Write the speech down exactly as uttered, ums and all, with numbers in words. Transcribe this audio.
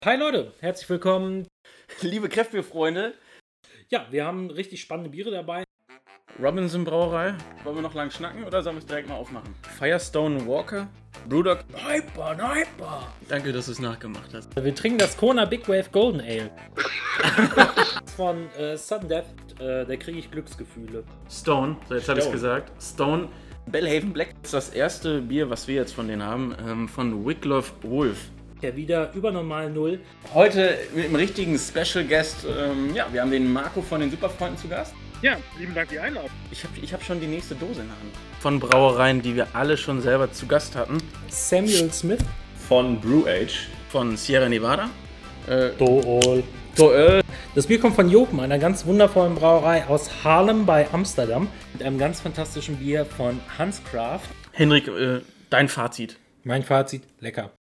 Hi Leute, herzlich willkommen. Liebe Kräftbierfreunde. Ja, wir haben richtig spannende Biere dabei. Robinson Brauerei. Wollen wir noch lang schnacken oder sollen wir es direkt mal aufmachen? Firestone Walker. Brewdog. Hyper, hyper. Danke, dass du es nachgemacht hast. Wir trinken das Kona Big Wave Golden Ale. Von äh, Sudden Death, äh, da kriege ich Glücksgefühle. Stone, so jetzt habe ich es Stone. gesagt. Stone. Bellhaven Black ist das erste Bier, was wir jetzt von denen haben, ähm, von Wicklow Wolf. Ja, wieder über normal Null. Heute mit einem richtigen Special Guest. Ähm, ja, wir haben den Marco von den Superfreunden zu Gast. Ja, lieben Dank für die Einladung. Ich habe ich hab schon die nächste Dose in der Hand. Von Brauereien, die wir alle schon selber zu Gast hatten. Samuel Smith. Von Brew Age. Von Sierra Nevada. Äh, Dool. Doel. Das Bier kommt von Jopen, einer ganz wundervollen Brauerei aus Haarlem bei Amsterdam. Mit einem ganz fantastischen Bier von Hans Craft. Henrik, äh, dein Fazit. Mein Fazit, lecker.